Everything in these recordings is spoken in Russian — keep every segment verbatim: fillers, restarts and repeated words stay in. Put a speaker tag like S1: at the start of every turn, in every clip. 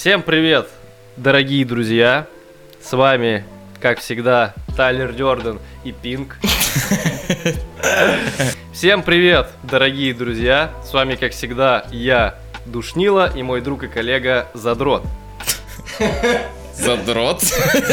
S1: Всем привет, дорогие друзья! С вами, как всегда, Тайлер Дёрден и Пинк. Всем привет, дорогие друзья! С вами, как всегда, я, Душнила, и мой друг и коллега Задрот.
S2: Задрот?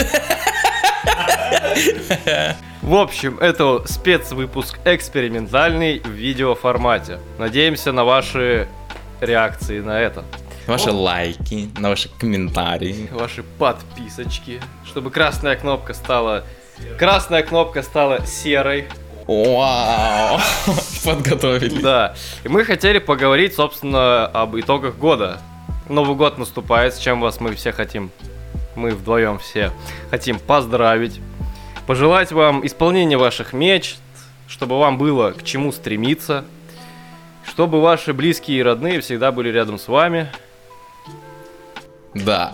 S1: В общем, это спецвыпуск экспериментальный в видеоформате. Надеемся на ваши реакции на это.
S2: Ваши лайки, на ваши комментарии.
S1: Ваши подписочки. Чтобы красная кнопка стала... Красная кнопка стала серой.
S2: Вау! Подготовили.
S1: Да. И мы хотели поговорить, собственно, об итогах года. Новый год наступает, с чем вас мы все хотим. Мы вдвоем все хотим поздравить. Пожелать вам исполнения ваших мечт, чтобы вам было к чему стремиться, чтобы ваши близкие и родные всегда были рядом с вами.
S2: Да.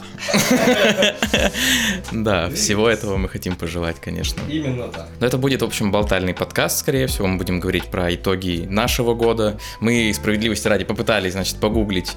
S2: Да, всего этого мы хотим пожелать, конечно.
S1: Именно так.
S2: Но это будет, в общем, болтальный подкаст, скорее всего. Мы будем говорить про итоги нашего года. Мы, справедливости ради, попытались, значит, погуглить,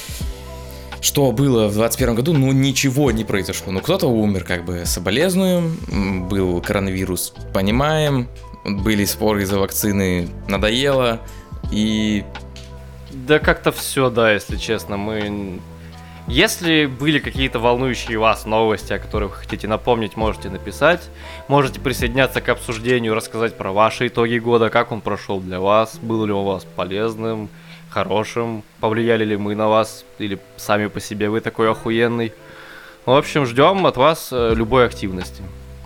S2: что было в двадцать первом году, ну ничего не произошло. Ну кто-то умер, как бы, соболезнуем, был коронавирус, понимаем, были споры из-за вакцины, надоело, и...
S1: Да как-то все, да, если честно, мы... Если были какие-то волнующие вас новости, о которых вы хотите напомнить, можете написать, можете присоединяться к обсуждению, рассказать про ваши итоги года, как он прошел для вас, был ли он у вас полезным, хорошим, повлияли ли мы на вас, или сами по себе вы такой охуенный. В общем, ждем от вас любой активности.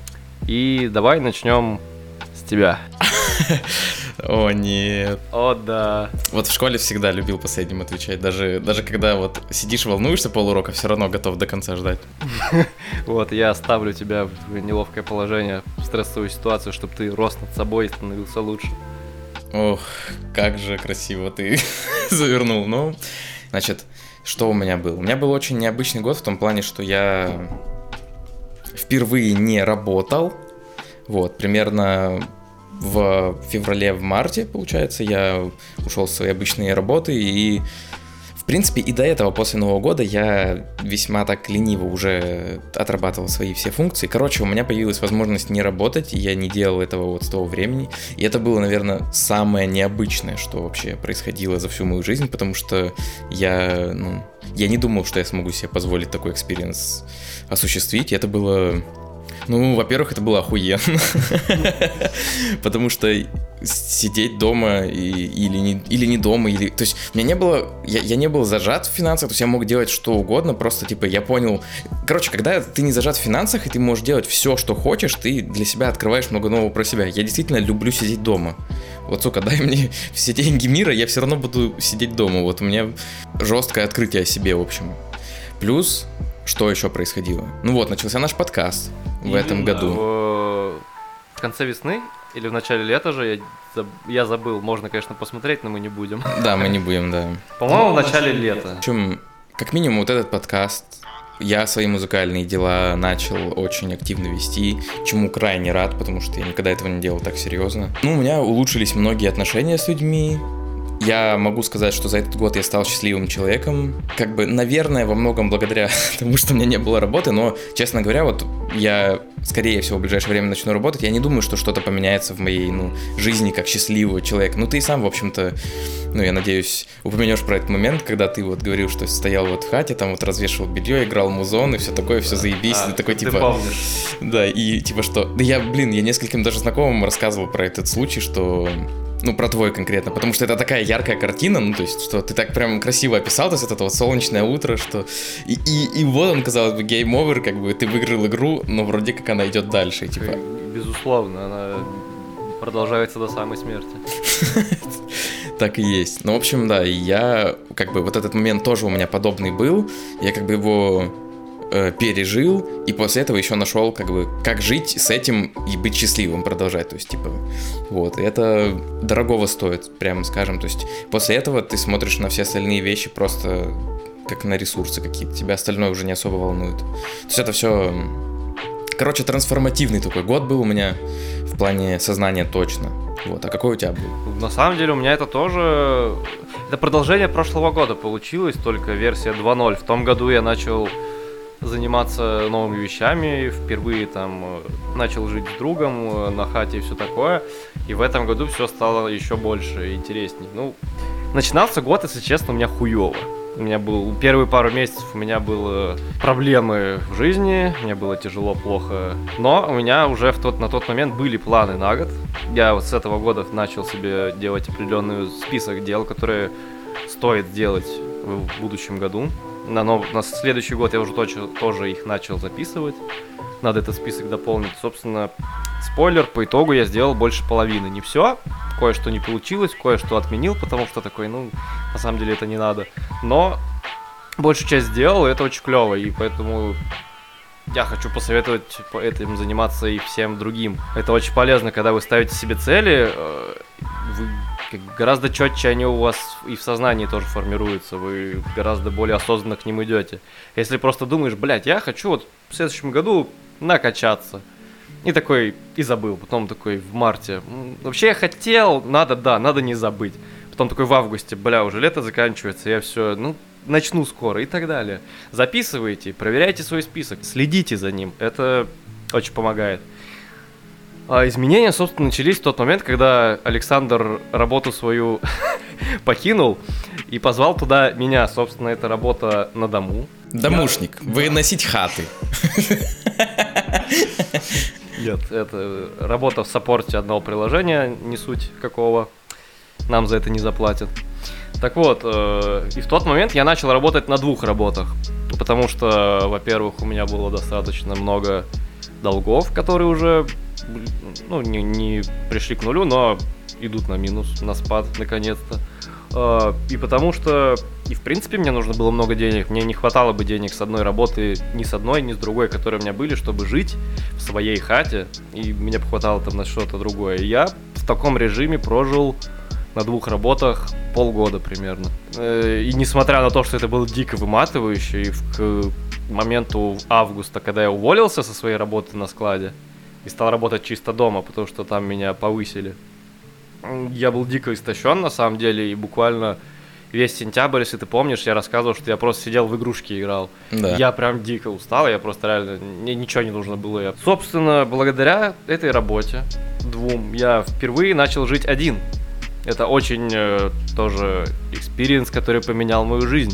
S1: И давай начнем с тебя.
S2: О, нет.
S1: О, да.
S2: Вот в школе всегда любил последним отвечать. Даже, даже когда вот сидишь, волнуешься полурока, все равно готов до конца ждать.
S1: Вот, я ставлю тебя в неловкое положение, в стрессовую ситуацию, чтобы ты рос над собой и становился лучше.
S2: Ох, как же красиво ты завернул. Ну, значит, что у меня было? У меня был очень необычный год в том плане, что я впервые не работал. Вот, примерно в феврале, в марте, получается, я ушел с своей обычной работы, и, в принципе, и до этого, после Нового года, я весьма так лениво уже отрабатывал свои все функции. Короче, у меня появилась возможность не работать, и я не делал этого вот с того времени. И это было, наверное, самое необычное, что вообще происходило за всю мою жизнь, потому что я, ну, я не думал, что я смогу себе позволить такой экспириенс осуществить. И это было... Ну, во-первых, это было охуенно, потому что сидеть дома и, или, не, или не дома, или... То есть, у меня не было... Я, я не был зажат в финансах, то есть я мог делать что угодно, просто, типа, я понял... Короче, когда ты не зажат в финансах, и ты можешь делать все, что хочешь, ты для себя открываешь много нового про себя. Я действительно люблю сидеть дома. Вот, сука, дай мне все деньги мира, я все равно буду сидеть дома. Вот у меня жесткое открытие о себе, в общем. Плюс... Что еще происходило? Ну вот, начался наш подкаст в Именно этом году.
S1: В... в конце весны или в начале лета же, я, заб... я забыл, можно, конечно, посмотреть, но мы не будем.
S2: Да, мы не будем, да.
S1: По-моему, в начале лета.
S2: В общем, как минимум, вот этот подкаст, я свои музыкальные дела начал очень активно вести, чему крайне рад, потому что я никогда этого не делал так серьезно. Ну, у меня улучшились многие отношения с людьми. Я могу сказать, что за этот год я стал счастливым человеком. Как бы, наверное, во многом благодаря тому, что у меня не было работы, но, честно говоря, вот я, скорее всего, в ближайшее время начну работать. Я не думаю, что что-то поменяется в моей, ну, жизни как счастливого человека. Ну, ты и сам, в общем-то, ну, я надеюсь, упомянешь про этот момент, когда ты вот говорил, что стоял вот в хате, там вот развешивал белье, играл музон и все такое, все заебись.
S1: А,
S2: и такой,
S1: ты
S2: типа...
S1: помнишь.
S2: Да, и типа что... Да я, блин, я нескольким даже знакомым рассказывал про этот случай, что... Ну, про твой конкретно, потому что это такая яркая картина, ну, то есть, что ты так прям красиво описал, то есть, это вот солнечное утро, что... И, и, и вот он, казалось бы, гейм-овер, как бы, ты выиграл игру, но вроде как она идет дальше, типа...
S1: Безусловно, она продолжается до самой смерти.
S2: Так и есть. Ну, в общем, да, я, как бы, вот этот момент тоже у меня подобный был, я как бы его... пережил, и после этого еще нашел, как бы, как жить с этим и быть счастливым, продолжать, то есть, типа, вот, и это дорогого стоит, прямо скажем, то есть, после этого ты смотришь на все остальные вещи просто как на ресурсы какие-то, тебя остальное уже не особо волнует, то есть, это все, короче, трансформативный такой год был у меня в плане сознания точно, Вот, а какой у тебя был?
S1: На самом деле у меня это тоже... Это продолжение прошлого года получилось, только версия два ноль. В том году я начал заниматься новыми вещами, впервые там начал жить с другом на хате и все такое. И в этом году все стало еще больше и интересней. Ну, начинался год, если честно, у меня хуёво. У меня был первые пару месяцев у меня были проблемы в жизни, мне было тяжело, плохо. Но у меня уже в тот, на тот момент были планы на год. Я вот с этого года начал себе делать определенный список дел, которые стоит сделать в будущем году. На, нов... на следующий год я уже точно, тоже их начал записывать. Надо этот список дополнить. Собственно, спойлер, по итогу я сделал больше половины. Не все, кое-что не получилось, кое-что отменил, потому что такой, ну, на самом деле это не надо. Но большую часть сделал, и это очень клево, и поэтому я хочу посоветовать этим заниматься и всем другим. Это очень полезно, когда вы ставите себе цели, вы гораздо четче они у вас и в сознании тоже формируются, вы гораздо более осознанно к ним идете. Если просто думаешь, блядь, я хочу вот в следующем году накачаться. И такой, и забыл. Потом такой в марте. Вообще я хотел, надо, да, надо не забыть. Потом такой в августе, бля, уже лето заканчивается, я все, ну, начну скоро и так далее. Записывайте, проверяйте свой список, следите за ним. Это очень помогает. А изменения, собственно, начались в тот момент, когда Александр работу свою покинул и позвал туда меня. Собственно, это работа на дому.
S2: Домушник, я... выносить хаты.
S1: Нет, это работа в саппорте одного приложения, не суть какого. Нам за это не заплатят. Так вот, э, и в тот момент я начал работать на двух работах. Потому что, во-первых, у меня было достаточно много долгов, которые уже, ну, не, не пришли к нулю, но идут на минус, на спад, наконец-то. Э, и потому что, и в принципе, мне нужно было много денег. Мне не хватало бы денег с одной работы, ни с одной, ни с другой, которые у меня были, чтобы жить в своей хате. И мне бы хватало там на что-то другое. И я в таком режиме прожил на двух работах полгода примерно. И несмотря на то, что это было дико выматывающе, и к моменту августа, когда я уволился со своей работы на складе и стал работать чисто дома, потому что там меня повысили, я был дико истощен на самом деле, и буквально весь сентябрь, если ты помнишь, я рассказывал, что я просто сидел в игрушки играл. Да. Я прям дико устал, я просто реально, мне ничего не нужно было. Я... Собственно, благодаря этой работе двум я впервые начал жить один. Это очень э, тоже экспириенс, который поменял мою жизнь.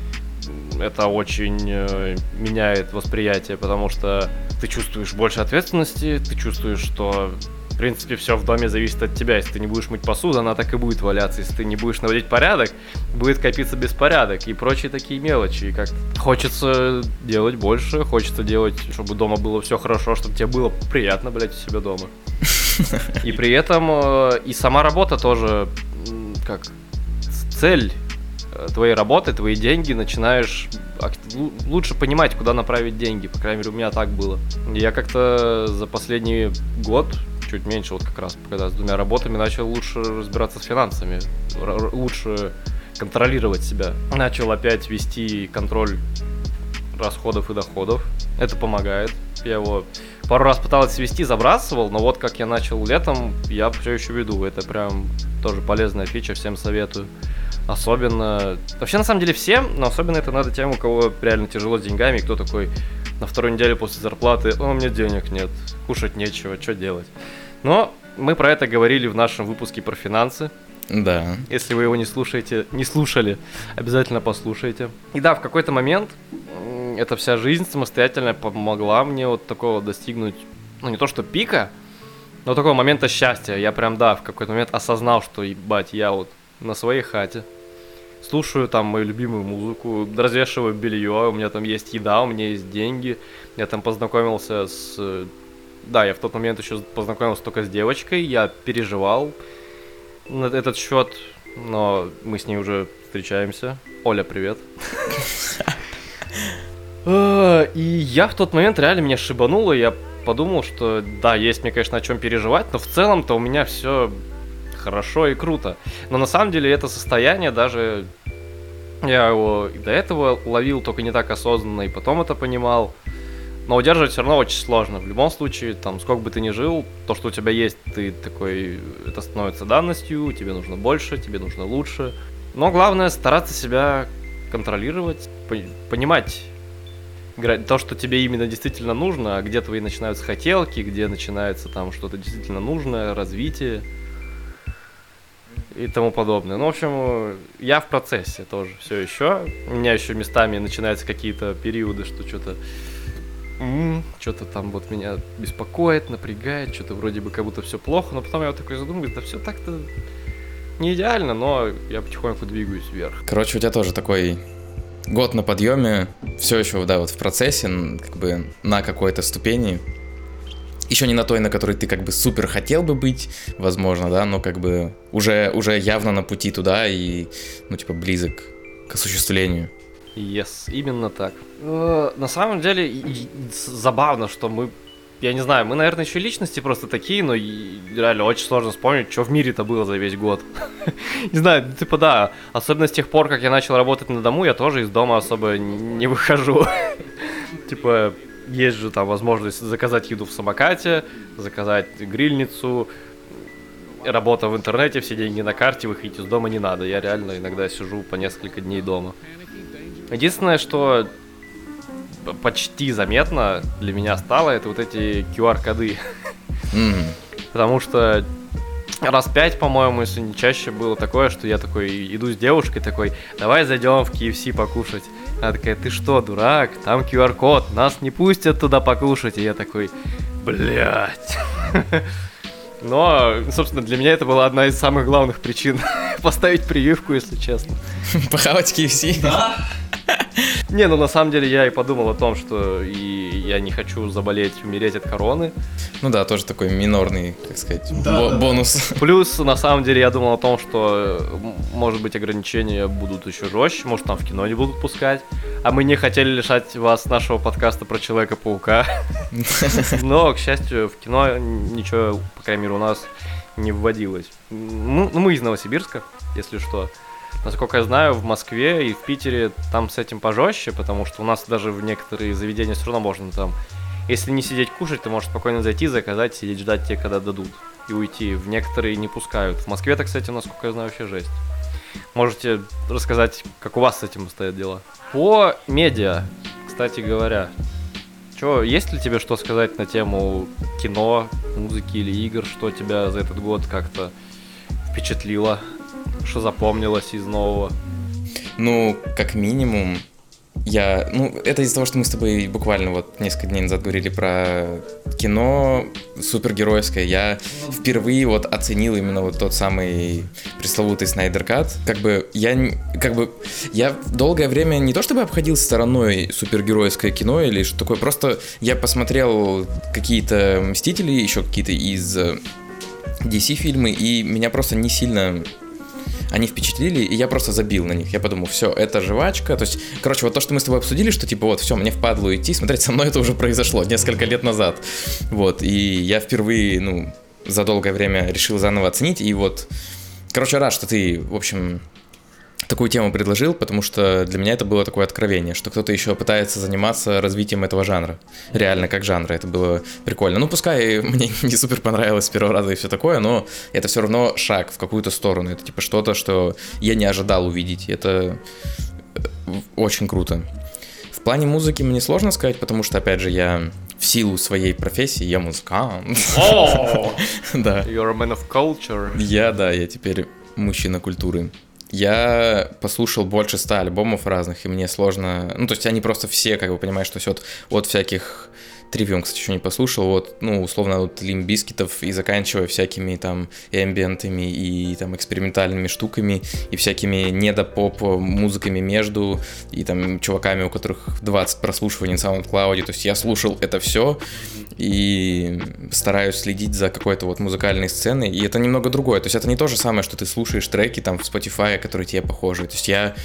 S1: Это очень э, меняет восприятие, потому что ты чувствуешь больше ответственности, ты чувствуешь, что в принципе все в доме зависит от тебя. Если ты не будешь мыть посуду, она так и будет валяться. Если ты не будешь наводить порядок, будет копиться беспорядок и прочие такие мелочи. И как хочется делать больше, хочется делать, чтобы дома было все хорошо, чтобы тебе было приятно, блядь, у себя дома. И при этом э, и сама работа тоже, как цель твоей работы, твои деньги, начинаешь лучше понимать, куда направить деньги. По крайней мере, у меня так было. Я как-то за последний год, чуть меньше, вот как раз, когда с двумя работами начал лучше разбираться с финансами, лучше контролировать себя. Начал опять вести контроль расходов и доходов. Это помогает. Я его пару раз пытался вести, забрасывал, но вот как я начал летом, я все еще веду. Это прям тоже полезная фича, всем советую. Особенно, вообще на самом деле всем, но особенно это надо тем, у кого реально тяжело с деньгами, кто такой на второй неделе после зарплаты: о, у меня денег нет, кушать нечего, что делать. Но мы про это говорили в нашем выпуске про финансы.
S2: Да.
S1: Если вы его не слушаете, не слушали, обязательно послушайте. И да, в какой-то момент эта вся жизнь самостоятельно помогла мне вот такого достигнуть, ну не то что пика, но такого момента счастья. Я прям, да, в какой-то момент осознал, что, ебать, я вот на своей хате слушаю там мою любимую музыку, развешиваю белье, у меня там есть еда, у меня есть деньги. Я там познакомился с... Да, я в тот момент еще познакомился только с девочкой, я переживал на этот счет, но мы с ней уже встречаемся. Оля, привет. И я в тот момент реально меня шибануло, я подумал, что да, есть мне, конечно, о чем переживать, но в целом-то у меня все хорошо и круто. Но на самом деле это состояние даже... Я его и до этого ловил, только не так осознанно, и потом это понимал. Но удерживать все равно очень сложно. В любом случае, там, сколько бы ты ни жил, то, что у тебя есть, ты такой, это становится данностью, тебе нужно больше, тебе нужно лучше. Но главное стараться себя контролировать, понимать то, что тебе именно действительно нужно, а где твои начинаются хотелки, где начинается там что-то действительно нужное, развитие и тому подобное. Ну, в общем, я в процессе тоже все еще. У меня еще местами начинаются какие-то периоды, что что-то м-м, что-то там вот меня беспокоит, напрягает, что-то вроде бы как будто все плохо, но потом я вот такой задумываюсь, да все так-то не идеально, но я потихоньку двигаюсь вверх.
S2: Короче, у тебя тоже такой год на подъеме, все еще, да, вот в процессе, как бы на какой-то ступени. Еще не на той, на которой ты как бы супер хотел бы быть, возможно, да, но как бы уже, уже явно на пути туда и, ну, типа, близок к осуществлению.
S1: Yes, именно так. Э, на самом деле, и, и, забавно, что мы, я не знаю, мы, наверное, еще личности просто такие, но и, реально очень сложно вспомнить, что в мире-то было за весь год. Не знаю, типа, да, особенно с тех пор, как я начал работать на дому, я тоже из дома особо не выхожу. Типа... Есть же там возможность заказать еду в самокате, заказать грильницу, работа в интернете, все деньги на карте, выходить из дома не надо. Я реально иногда сижу по несколько дней дома. Единственное, что почти заметно для меня стало, это вот эти ку ар-коды. Mm. Потому что раз пять, по-моему, если не чаще, было такое, что я такой иду с девушкой, такой, давай зайдем в кей эф си покушать. Она такая, ты что, дурак? Там ку ар-код, нас не пустят туда покушать. И я такой, блядь. Но, собственно, для меня это была одна из самых главных причин поставить прививку, если честно.
S2: Похавать кей эф си?
S1: Да. Не, ну на самом деле я и подумал о том, что и я не хочу заболеть, умереть от короны.
S2: Ну да, тоже такой минорный, так сказать,
S1: да,
S2: бо-
S1: да.
S2: бонус.
S1: Плюс, на самом деле, я думал о том, что, может быть, ограничения будут еще жестче, может, там в кино не будут пускать. А мы не хотели лишать вас нашего подкаста про Человека-паука. Но, к счастью, в кино ничего, по крайней мере, у нас не вводилось. Ну, мы из Новосибирска, если что. Насколько я знаю, в Москве и в Питере там с этим пожестче, потому что у нас даже в некоторые заведения все равно можно там, если не сидеть кушать, ты можешь спокойно зайти, заказать, сидеть, ждать тебе, когда дадут, и уйти. В некоторые не пускают. В Москве-то, кстати, насколько я знаю, вообще жесть. Можете рассказать, как у вас с этим стоят дела? По медиа, кстати говоря, чё, есть ли тебе что сказать на тему кино, музыки или игр, что тебя за этот год как-то впечатлило? Что запомнилось из нового?
S2: Ну, как минимум, я... Ну, это из-за того, что мы с тобой буквально вот несколько дней назад говорили про кино супергеройское. Я впервые вот оценил именно вот тот самый пресловутый Снайдер Кат. Как бы я... Как бы я долгое время не то чтобы обходил стороной супергеройское кино или что такое, просто я посмотрел какие-то Мстители, еще какие-то из ди си фильмы, и меня просто не сильно... Они впечатлили, и я просто забил на них. Я подумал, все, это жвачка. То есть, короче, вот то, что мы с тобой обсудили, что типа вот, все, мне впадло идти, смотреть, со мной это уже произошло несколько лет назад. Вот, и я впервые, ну, за долгое время решил заново оценить, и вот, короче, рад, что ты, в общем, такую тему предложил, потому что для меня это было такое откровение, что кто-то еще пытается заниматься развитием этого жанра. Реально, как жанра, это было прикольно. Ну, пускай мне не супер понравилось с первого раза и все такое, но это все равно шаг в какую-то сторону. Это типа что-то, что я не ожидал увидеть. Это очень круто. В плане музыки мне сложно сказать, потому что, опять же, я в силу своей профессии, я музыкант. Да.
S1: You're a man of culture.
S2: Я, да, я теперь мужчина культуры. Я послушал больше ста альбомов разных, и мне сложно... Ну, то есть они просто все, как бы, понимаешь, что все от, от всяких... Тривиум, кстати, еще не послушал, вот, ну, условно, от Limp Bizkit'ов и заканчивая всякими там эмбиентами и там экспериментальными штуками и всякими недопоп музыками между, и там чуваками, у которых двадцать прослушиваний на SoundCloud, то есть я слушал это все и стараюсь следить за какой-то вот музыкальной сценой, и это немного другое, то есть это не то же самое, что ты слушаешь треки там в Spotify, которые тебе похожи, то есть я...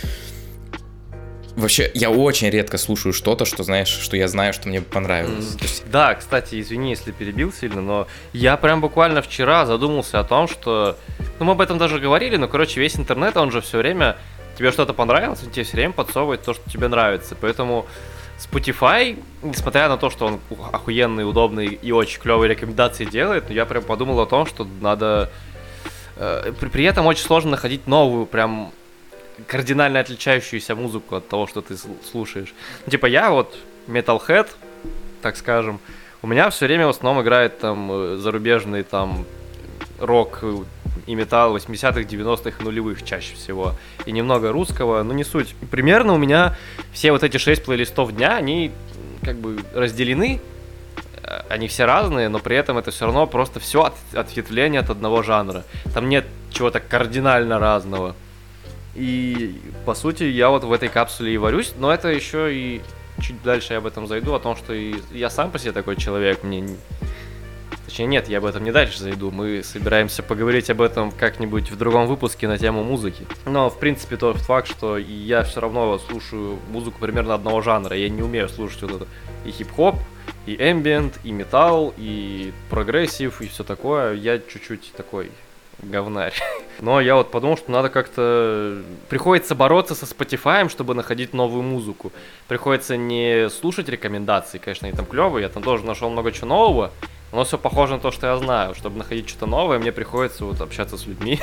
S2: Вообще, я очень редко слушаю что-то, что, знаешь, что я знаю, что мне понравилось.
S1: Mm. Есть... Да, кстати, извини, если перебил сильно, но я прям буквально вчера задумался о том, что... Ну, мы об этом даже говорили, но, короче, весь интернет, он же все время... Тебе что-то понравилось, он тебе все время подсовывает то, что тебе нравится. Поэтому Spotify, несмотря на то, что он охуенный, удобный и очень клевые рекомендации делает, я прям подумал о том, что надо... Э, при, при этом очень сложно находить новую, прям кардинально отличающуюся музыку от того, что ты слушаешь. Ну, типа я вот metalhead, так скажем, у меня все время в основном играет там зарубежный там рок и металл восьмидесятых, девяностых и нулевых чаще всего. И немного русского, но не суть. Примерно у меня все вот эти шесть плейлистов дня, они как бы разделены, они все разные, но при этом это все равно просто все от, ответвление от одного жанра. Там нет чего-то кардинально разного. И по сути я вот в этой капсуле и варюсь, но это еще и чуть дальше я об этом зайду, о том, что и я сам по себе такой человек, мне... Точнее, нет, я об этом не дальше зайду, мы собираемся поговорить об этом как-нибудь в другом выпуске на тему музыки. Но, в принципе, тот факт, что я все равно слушаю музыку примерно одного жанра, я не умею слушать вот это и хип-хоп, и эмбиент, и металл, и прогрессив, и все такое, я чуть-чуть такой... говнарь. Но я вот подумал, что надо как-то... Приходится бороться со Spotify, чтобы находить новую музыку. Приходится не слушать рекомендации, конечно, они там клевые, я там тоже нашел много чего нового, но все похоже на то, что я знаю. Чтобы находить что-то новое, мне приходится вот общаться с людьми.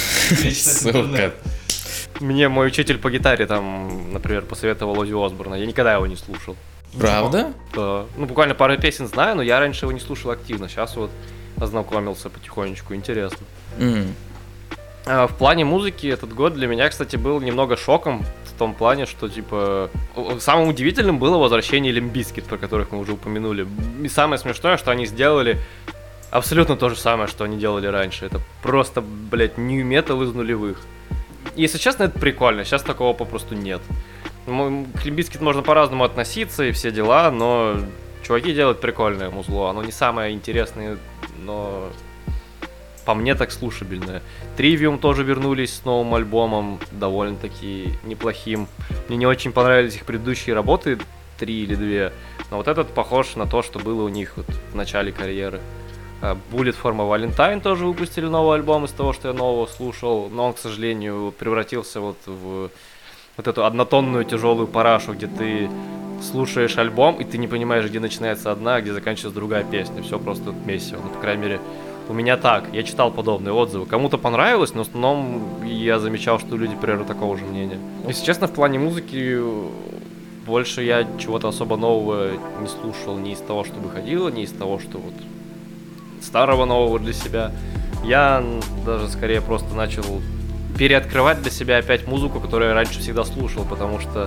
S2: Сука.
S1: Мне мой учитель по гитаре там, например, посоветовал Оззи Осборна. Я никогда его не слушал.
S2: Правда?
S1: Да. Ну, буквально пару песен знаю, но я раньше его не слушал активно. Сейчас вот ознакомился потихонечку, интересно.
S2: Mm.
S1: А, в плане музыки этот год для меня, кстати, был немного шоком в том плане, что, типа, самым удивительным было возвращение Limp Bizkit, про которых мы уже упомянули. И самое смешное, что они сделали абсолютно то же самое, что они делали раньше. Это просто, блядь, нью метал из нулевых. И, если честно, это прикольно. Сейчас такого попросту нет. К Limp Bizkit можно по-разному относиться и все дела, но чуваки делают прикольное музло. Оно не самое интересное, но... по мне так слушабельное. Trivium тоже вернулись с новым альбомом, довольно-таки неплохим. Мне не очень понравились их предыдущие работы, три или две, но вот этот похож на то, что было у них вот в начале карьеры. Bullet for My Valentine тоже выпустили новый альбом из того, что я нового слушал, но он, к сожалению, превратился вот в вот эту однотонную тяжелую парашу, где ты слушаешь альбом, и ты не понимаешь, где начинается одна, а где заканчивается другая песня. Все просто месиво. Ну, по крайней мере, у меня так. Я читал подобные отзывы. Кому-то понравилось, но в основном я замечал, что люди примерно такого же мнения. Если честно, в плане музыки больше я чего-то особо нового не слушал. Ни из того, что выходило, ни из того, что вот старого нового для себя. Я даже скорее просто начал переоткрывать для себя опять музыку, которую я раньше всегда слушал, потому что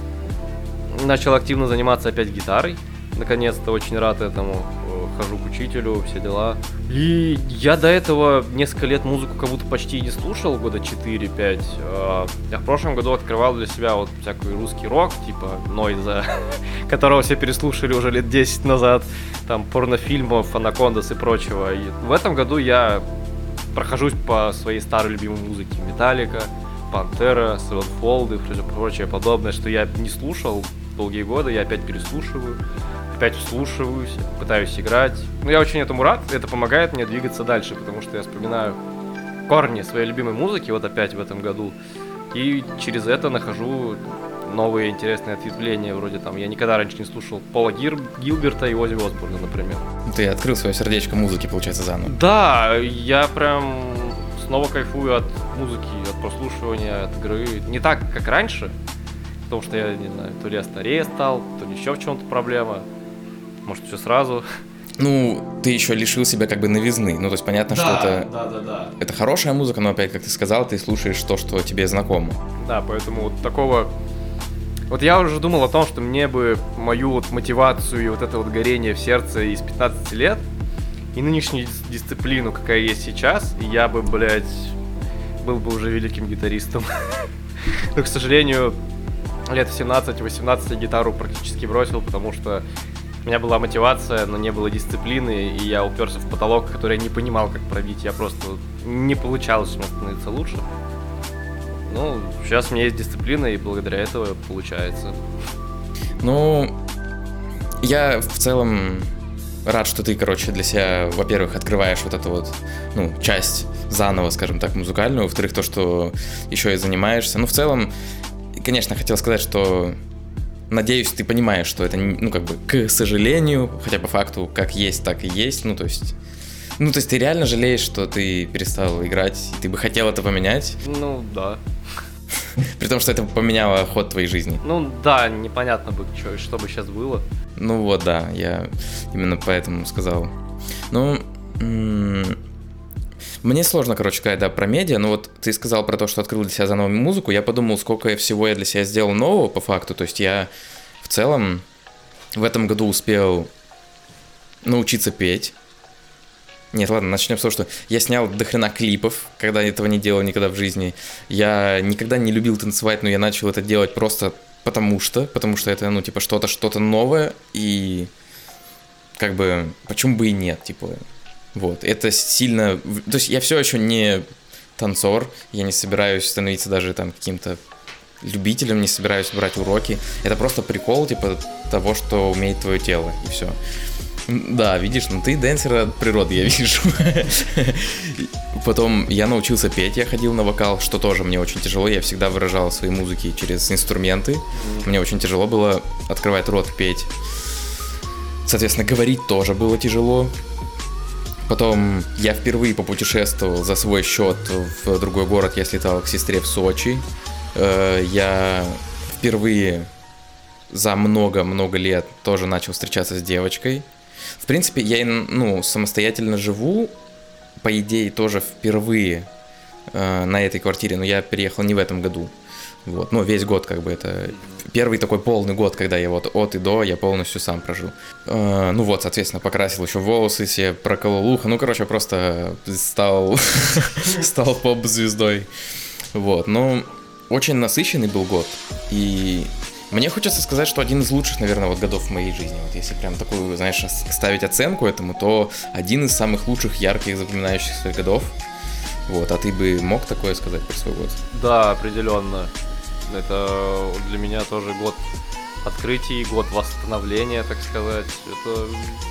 S1: начал активно заниматься опять гитарой. Наконец-то очень рад этому. Хожу к учителю, все дела. И я до этого несколько лет музыку как будто почти не слушал, года четыре-пять. Я в прошлом году открывал для себя вот всякий русский рок, типа Нойза, которого все переслушали уже лет десять назад, там порнофильмов, Анакондас и прочего. И в этом году я прохожусь по своей старой любимой музыке. Металлика, Пантера, Севенфолд и прочее подобное, что я не слушал долгие годы, я опять переслушиваю. Опять вслушиваюсь, пытаюсь играть. Но я очень этому рад, это помогает мне двигаться дальше, потому что я вспоминаю корни своей любимой музыки вот опять в этом году. И через это нахожу новые интересные ответвления, вроде там, я никогда раньше не слушал Пола Гир... Гилберта и Оззи Осборна, например.
S2: Ты открыл свое сердечко музыки, получается, заново.
S1: Да, я прям снова кайфую от музыки, от прослушивания, от игры. Не так, как раньше, потому что я, не знаю, то ли я старее стал, то ли еще в чем-то проблема. Может, все сразу.
S2: Ну, ты еще лишил себя как бы новизны. Ну, то есть понятно,
S1: да,
S2: что это,
S1: да, да, да.
S2: это хорошая музыка, но опять, как ты сказал, ты слушаешь то, что тебе знакомо.
S1: Да, поэтому вот такого... Вот я уже думал о том, что мне бы мою вот мотивацию и вот это вот горение в сердце из пятнадцати лет и нынешнюю дисциплину, какая есть сейчас, и я бы, блядь, был бы уже великим гитаристом. Но, к сожалению, лет в семнадцать-восемнадцать я гитару практически бросил, потому что у меня была мотивация, но не было дисциплины, и я уперся в потолок, который я не понимал, как пробить. Я просто не получалось у меня становиться лучше. Ну, сейчас у меня есть дисциплина, и благодаря этому получается.
S2: Ну, я в целом рад, что ты, короче, для себя, во-первых, открываешь вот эту вот, ну, часть заново, скажем так, музыкальную, во-вторых, то, что еще и занимаешься. Ну, в целом, конечно, хотел сказать, что надеюсь, ты понимаешь, что это, ну, как бы, к сожалению, хотя по факту как есть, так и есть, ну, то есть... Ну, то есть ты реально жалеешь, что ты перестал играть, и ты бы хотел это поменять?
S1: Ну, да.
S2: При том, что это поменяло ход твоей жизни.
S1: Ну, да, непонятно бы, что, что бы сейчас было.
S2: Ну вот, да, я именно поэтому сказал. Ну, м- мне сложно, короче, сказать, да, про медиа, но вот ты сказал про то, что открыл для себя заново музыку, я подумал, сколько всего я для себя сделал нового, по факту, то есть я в целом в этом году успел научиться петь. Нет, ладно, начнем с того, что я снял дохрена клипов, когда этого не делал никогда в жизни. Я никогда не любил танцевать, но я начал это делать просто потому что, потому что это, ну, типа, что-то, что-то новое, и как бы, почему бы и нет, типа, вот, это сильно, то есть я все еще не танцор, я не собираюсь становиться даже там каким-то любителем, не собираюсь брать уроки, это просто прикол, типа, того, что умеет твое тело, и все. Да, видишь, ну ты дэнсер от природы, я вижу. Потом я научился петь, я ходил на вокал, что тоже мне очень тяжело. Я всегда выражал свои музыки через инструменты. Мне очень тяжело было открывать рот, петь. Соответственно, говорить тоже было тяжело. Потом я впервые попутешествовал за свой счет в другой город. Я слетал к сестре в Сочи. Я впервые за много-много лет тоже начал встречаться с девочкой. В принципе, я, ну, самостоятельно живу, по идее, тоже впервые э, на этой квартире, но я переехал не в этом году. Вот, ну, весь год, как бы, это первый такой полный год, когда я вот от и до, я полностью сам прожил. Э, ну вот, соответственно, покрасил еще волосы себе, проколол ухо, ну, короче, просто стал, стал поп-звездой. Вот, ну, очень насыщенный был год, и... Мне хочется сказать, что один из лучших, наверное, вот годов в моей жизни. Вот если прям такую, знаешь, ставить оценку этому, то один из самых лучших, ярких, запоминающихся годов. Вот, а ты бы мог такое сказать про свой год?
S1: Да, определенно. Это для меня тоже год открытий, год восстановления, так сказать. Это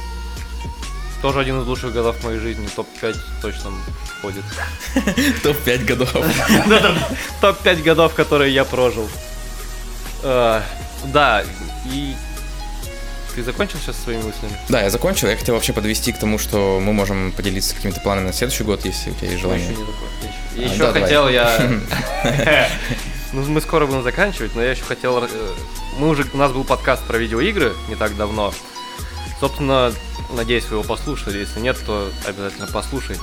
S1: тоже один из лучших годов в моей жизни. топ пять точно входит.
S2: топ пять годов.
S1: топ пять годов, которые я прожил. Uh, да, и ты закончил сейчас своими мыслями?
S2: Да, я закончил. Я хотел вообще подвести к тому, что мы можем поделиться какими-то планами на следующий год, если у тебя есть желание.
S1: Еще не закончил. Я еще хотел, я... Ну, мы скоро будем заканчивать, но я еще хотел... Мы уже... У нас был подкаст про видеоигры не так давно. Собственно, надеюсь, вы его послушали. Если нет, то обязательно послушайте.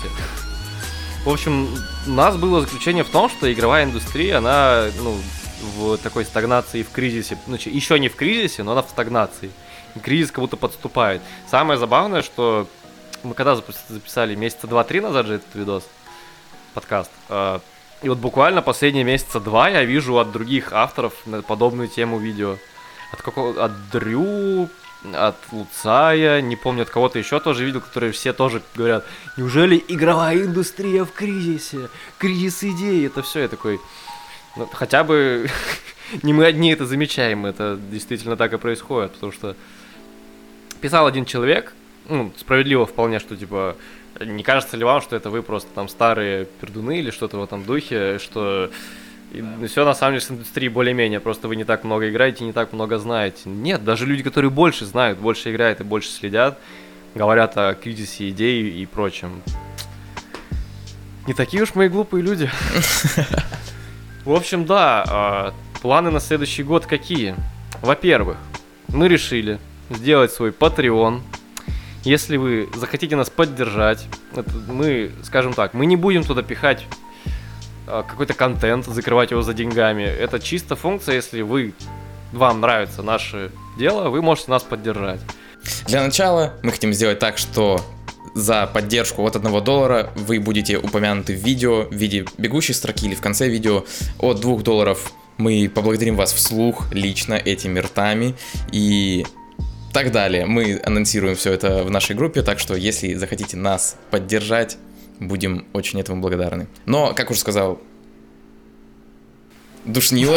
S1: В общем, у нас было заключение в том, что игровая индустрия, она, ну... в такой стагнации, в кризисе, ну, еще не в кризисе, но она в стагнации. И кризис как будто подступает. Самое забавное, что мы когда записали, месяца два-три назад же этот видос, подкаст, и вот буквально последние месяца два я вижу от других авторов на подобную тему видео. От какого, от Дрю, от Луцая, не помню, от кого-то еще тоже видел, которые все тоже говорят, неужели игровая индустрия в кризисе? Кризис идей, это все, я такой... Ну, хотя бы не мы одни это замечаем, это действительно так и происходит, потому что писал один человек, ну, справедливо вполне, что, типа, не кажется ли вам, что это вы просто там старые пердуны или что-то в этом духе, что все на самом деле с индустрией более-менее, просто вы не так много играете, не так много знаете. Нет, даже люди, которые больше знают, больше играют и больше следят, говорят о кризисе идей и прочем. Не такие уж мы и глупые люди. В общем, да, планы на следующий год какие? Во-первых, мы решили сделать свой Patreon. Если вы захотите нас поддержать, это мы, скажем так, мы не будем туда пихать какой-то контент, закрывать его за деньгами. Это чисто функция, если вы, вам нравится наше дело, вы можете нас поддержать.
S2: Для начала мы хотим сделать так, что... за поддержку от одного доллара вы будете упомянуты в видео в виде бегущей строки или в конце видео. От двух долларов мы поблагодарим вас вслух, лично, этими ртами и так далее. Мы анонсируем все это в нашей группе, так что если захотите нас поддержать, будем очень этому благодарны. Но, как уже сказал Душнило,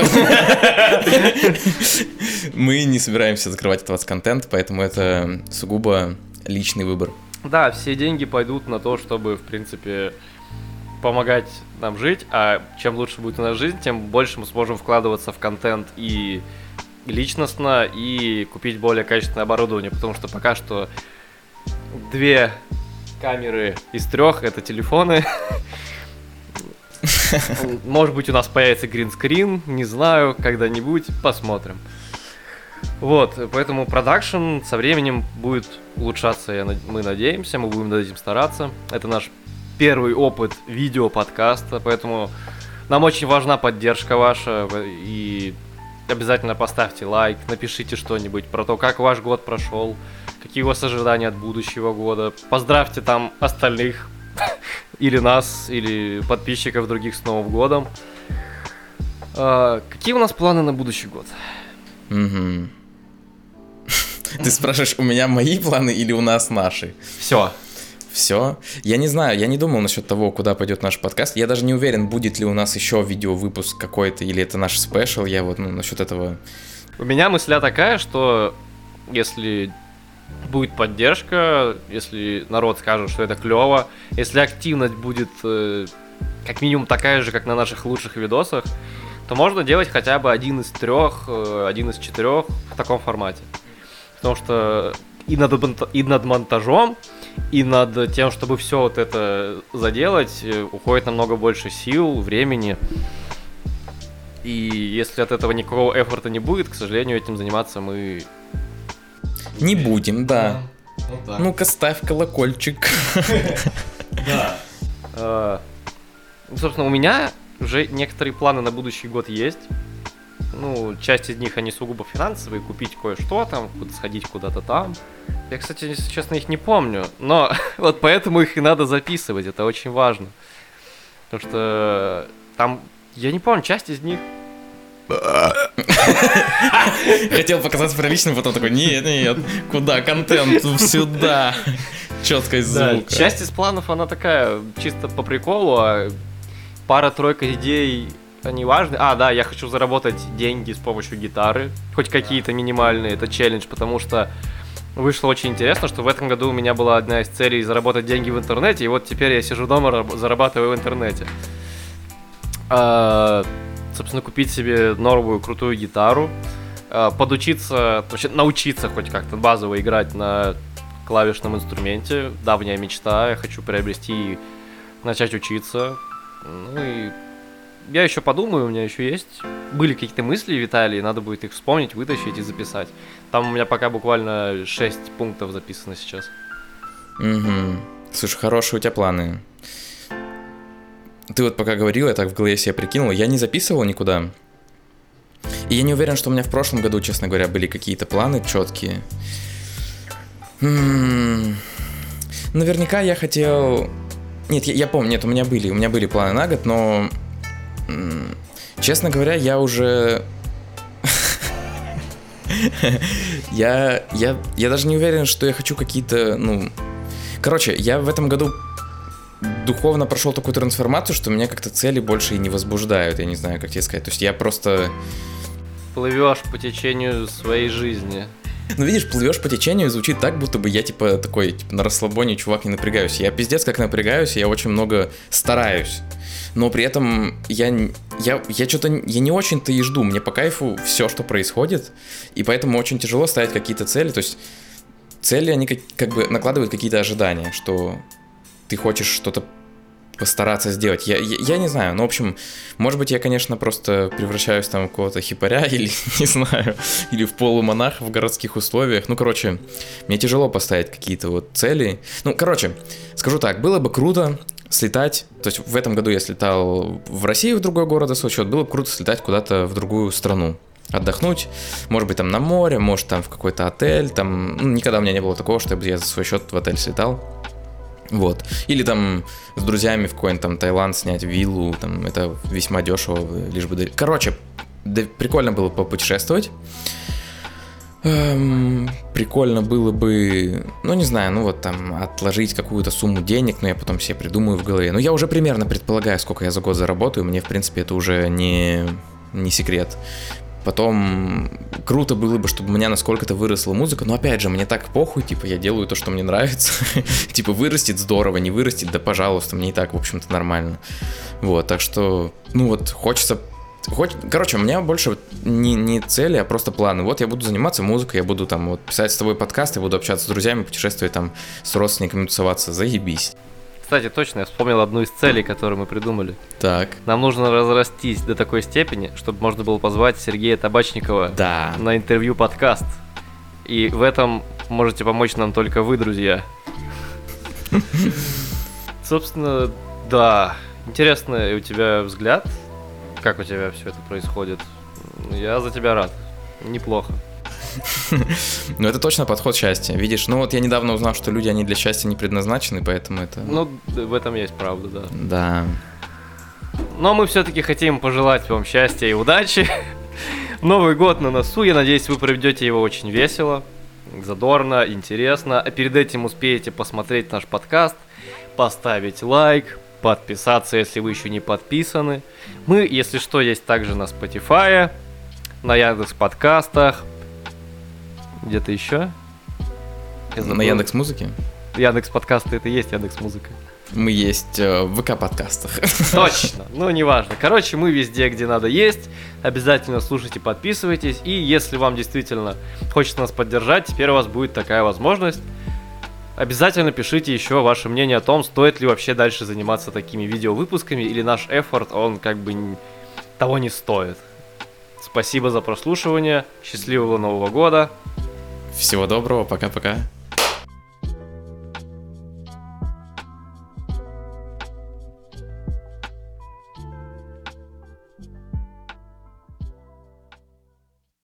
S2: мы не собираемся закрывать от вас контент, поэтому это сугубо личный выбор.
S1: Да, все деньги пойдут на то, чтобы, в принципе, помогать нам жить, а чем лучше будет у нас жизнь, тем больше мы сможем вкладываться в контент и личностно и купить более качественное оборудование, потому что пока что две камеры из трех — это телефоны. Может быть, у нас появится гринскрин, не знаю, когда-нибудь, посмотрим. Вот, поэтому продакшн со временем будет улучшаться, я, мы надеемся, мы будем над этим стараться. Это наш первый опыт видео-подкаста, поэтому нам очень важна поддержка ваша, и обязательно поставьте лайк, напишите что-нибудь про то, как ваш год прошел, какие у вас ожидания от будущего года. Поздравьте там остальных, или нас, или подписчиков других с Новым годом. А, какие у нас планы на будущий год?
S2: Угу. Ты спрашиваешь, у меня мои планы или у нас наши?
S1: Все.
S2: Все. Я не знаю, я не думал насчет того, куда пойдет наш подкаст. Я даже не уверен, будет ли у нас еще видеовыпуск какой-то, или это наш спешл. Я вот, ну, насчет этого...
S1: У меня мысля такая, что если будет поддержка, если народ скажет, что это клево, если активность будет э, как минимум такая же, как на наших лучших видосах, то можно делать хотя бы один из трех, э, один из четырех в таком формате. Потому что и над, и над монтажом, и над тем, чтобы все вот это заделать, уходит намного больше сил, времени. И если от этого никакого эфорта не будет, к сожалению, этим заниматься мы...
S2: Не будем, да.
S1: Ну,
S2: Ну-ка, ставь колокольчик.
S1: Да. Собственно, у меня уже некоторые планы на будущий год есть. Ну, часть из них, они сугубо финансовые, купить кое-что там, сходить куда-то там. Я, кстати, если честно, их не помню, но вот поэтому их и надо записывать, это очень важно. Потому что там, я не помню, часть из них...
S2: Хотел показаться приличным, потом такой, нет, нет, куда, контент, сюда. Четкость звука.
S1: Да, часть из планов, она такая, чисто по приколу, а пара-тройка идей... Они важны. А, да, я хочу заработать деньги с помощью гитары. Хоть какие-то минимальные. Это челлендж, потому что вышло очень интересно, что в этом году у меня была одна из целей заработать деньги в интернете. И вот теперь я сижу дома, зарабатываю в интернете. А, собственно, купить себе новую крутую гитару. А, подучиться, вообще научиться хоть как-то базово играть на клавишном инструменте. Давняя мечта. Я хочу приобрести и начать учиться. Ну и... Я еще подумаю, у меня еще есть. Были какие-то мысли, Виталий, надо будет их вспомнить, вытащить и записать. Там у меня пока буквально шесть пунктов записано сейчас.
S2: Угу. Слушай, хорошие у тебя планы. Ты вот пока говорил, я так в голове себе прикинул, я не записывал никуда. И я не уверен, что у меня в прошлом году, честно говоря, были какие-то планы четкие. М-м-м. Наверняка я хотел... Нет, я, я помню, нет, у меня были, у меня были планы на год, но... Честно говоря, я уже... я, я, я даже не уверен, что я хочу какие-то, ну... Короче, я в этом году духовно прошел такую трансформацию, что меня как-то цели больше и не возбуждают, я не знаю, как тебе сказать. То есть я просто...
S1: Плывешь по течению своей жизни.
S2: Ну, видишь, плывешь по течению, и звучит так, будто бы я, типа, такой, типа, на расслабоне, чувак, не напрягаюсь. Я пиздец как напрягаюсь, я очень много стараюсь. Но при этом я, я, я что-то, я не очень-то и жду. Мне по кайфу все, что происходит, и поэтому очень тяжело ставить какие-то цели. То есть цели, они как, как бы накладывают какие-то ожидания, что ты хочешь что-то постараться сделать. Я, я, я не знаю, ну, в общем, может быть, я, конечно, просто превращаюсь там в какого-то хипаря или, не знаю, или в полумонаха в городских условиях. Ну, короче, мне тяжело поставить какие-то вот цели. Ну, короче, скажу так, было бы круто слетать, то есть в этом году я слетал в Россию, в другой город за свой счет, было бы круто слетать куда-то в другую страну, отдохнуть, может быть, там на море, может, там в какой-то отель, там, ну, никогда у меня не было такого, чтобы я за свой счет в отель слетал. Вот. Или там с друзьями в какой-нибудь там Таиланд снять виллу, там это весьма дешево, лишь бы... Короче, да, прикольно было попутешествовать. Эм, прикольно было бы, ну не знаю, ну вот там отложить какую-то сумму денег, но я потом себе придумаю в голове. Ну я уже примерно предполагаю, сколько я за год заработаю, мне в принципе это уже не, не секрет. Потом круто было бы, чтобы у меня насколько-то выросла музыка, но опять же, мне так похуй, типа я делаю то, что мне нравится. Типа вырастет здорово, не вырастет, да пожалуйста, мне и так, в общем-то, нормально. Вот, так что, ну вот, хочется хоть, короче, у меня больше вот не, не цели, а просто планы. Вот я буду заниматься музыкой, я буду там вот писать с тобой подкасты, я буду общаться с друзьями, путешествовать там с родственниками, тусоваться, заебись.
S1: Кстати, точно, я вспомнил одну из целей, которую мы придумали.
S2: Так.
S1: Нам нужно разрастись до такой степени, чтобы можно было позвать Сергея Табачникова
S2: Да.
S1: на интервью-подкаст. И в этом можете помочь нам только вы, друзья. Собственно, да. Интересный у тебя взгляд. Как у тебя все это происходит? Я за тебя рад. Неплохо.
S2: Ну, это точно подход счастья. Видишь, ну вот я недавно узнал, что люди, они для счастья не предназначены, поэтому это...
S1: Ну, в этом есть правда, да.
S2: Да.
S1: Но мы все-таки хотим пожелать вам счастья и удачи. Новый год на носу. Я надеюсь, вы проведете его очень весело, задорно, интересно. А перед этим успеете посмотреть наш подкаст, поставить лайк, подписаться, если вы еще не подписаны. Мы, если что, есть также на Spotify, на Яндекс.Подкастах. Где-то еще?
S2: На Яндекс.Музыке?
S1: Яндекс.Подкасты это и есть Яндекс.Музыка.
S2: Мы есть э, в ВК-подкастах.
S1: Точно, ну неважно. Короче, мы везде, где надо, есть. Обязательно слушайте, подписывайтесь. И если вам действительно хочется нас поддержать, теперь у вас будет такая возможность. Обязательно пишите еще ваше мнение о том, стоит ли вообще дальше заниматься такими видеовыпусками, или наш эфорт, он как бы того не стоит. Спасибо за прослушивание. Счастливого Нового года.
S2: Всего доброго, пока-пока.